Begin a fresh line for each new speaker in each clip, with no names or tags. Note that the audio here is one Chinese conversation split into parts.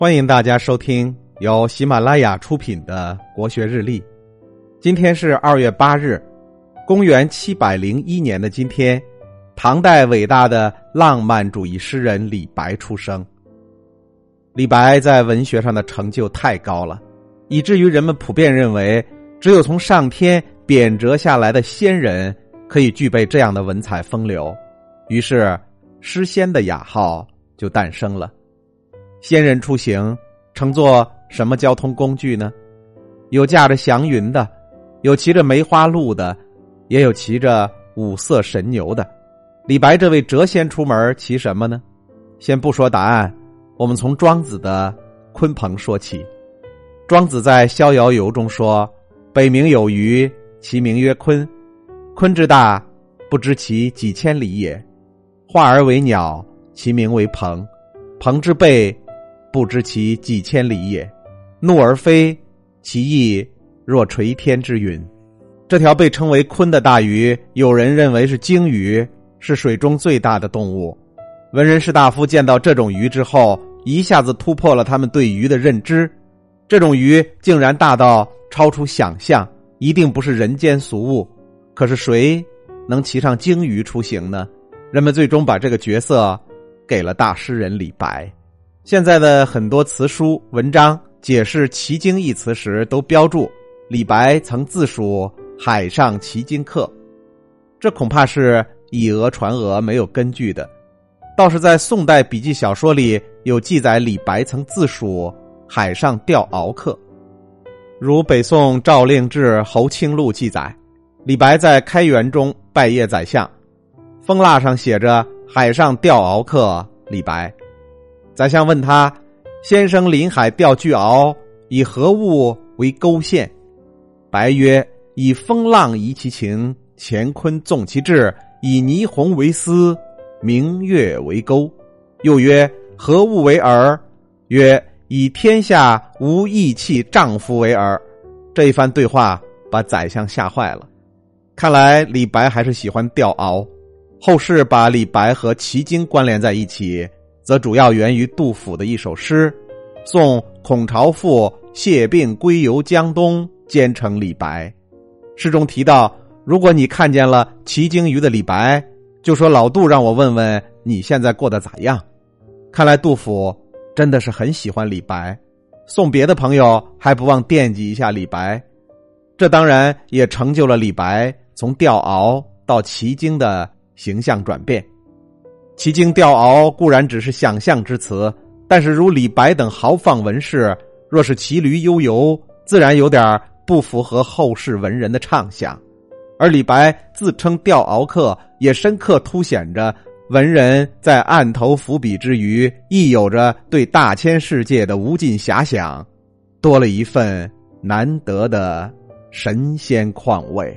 欢迎大家收听由喜马拉雅出品的国学日历。今天是2月8日，公元701年的今天，唐代伟大的浪漫主义诗人李白出生。李白在文学上的成就太高了，以至于人们普遍认为只有从上天贬谪下来的仙人可以具备这样的文采风流，于是诗仙的雅号就诞生了。仙人出行乘坐什么交通工具呢？有驾着祥云的，有骑着梅花鹿的，也有骑着五色神牛的。李白这位谪仙出门骑什么呢？先不说答案，我们从庄子的鲲鹏说起。庄子在《逍遥游》中说，北冥有鱼，其名曰鲲。鲲之大，不知其几千里也。化而为鸟，其名为鹏。鹏之背，不知其几千里也。怒而飞，其翼若垂天之云。这条被称为鲲的大鱼，有人认为是鲸鱼，是水中最大的动物。文人士大夫见到这种鱼之后，一下子突破了他们对鱼的认知。这种鱼竟然大到超出想象，一定不是人间俗物。可是谁能骑上鲸鱼出行呢？人们最终把这个角色给了大诗人李白。现在的很多词书文章解释骑鲸一词时都标注李白曾自属海上骑鲸客，这恐怕是以讹传讹，没有根据的。倒是在宋代笔记小说里有记载李白曾自属海上钓鳌客。如北宋赵令志侯清录记载，李白在开元中拜谒宰相，封蜡上写着海上钓鳌客李白。宰相问他，先生临海钓巨鳌，以何物为钩线？白曰，以风浪移其情，乾坤纵其志，以霓虹为丝，明月为钩。又曰，何物为饵？曰，以天下无义气丈夫为饵。这一番对话把宰相吓坏了。看来李白还是喜欢钓鳌。后世把李白和骑鲸关联在一起，则主要源于杜甫的一首诗，送孔朝父谢病归游江东，兼称李白。诗中提到，如果你看见了骑鲸鱼的李白，就说老杜让我问问你现在过得咋样。看来杜甫真的是很喜欢李白，送别的朋友还不忘惦记一下李白。这当然也成就了李白从钓鳌到骑鲸的形象转变。骑鲸钓鳌固然只是想象之词，但是如李白等豪放文士，若是骑驴悠游，自然有点不符合后世文人的畅想。而李白自称钓鳌客，也深刻凸显着文人在案头伏笔之余，亦有着对大千世界的无尽遐想，多了一份难得的神仙况味。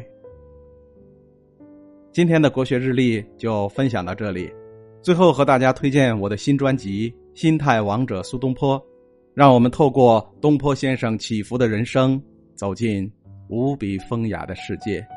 今天的国学日历就分享到这里，最后和大家推荐我的新专辑《心态王者苏东坡》，让我们透过东坡先生起伏的人生，走进无比风雅的世界。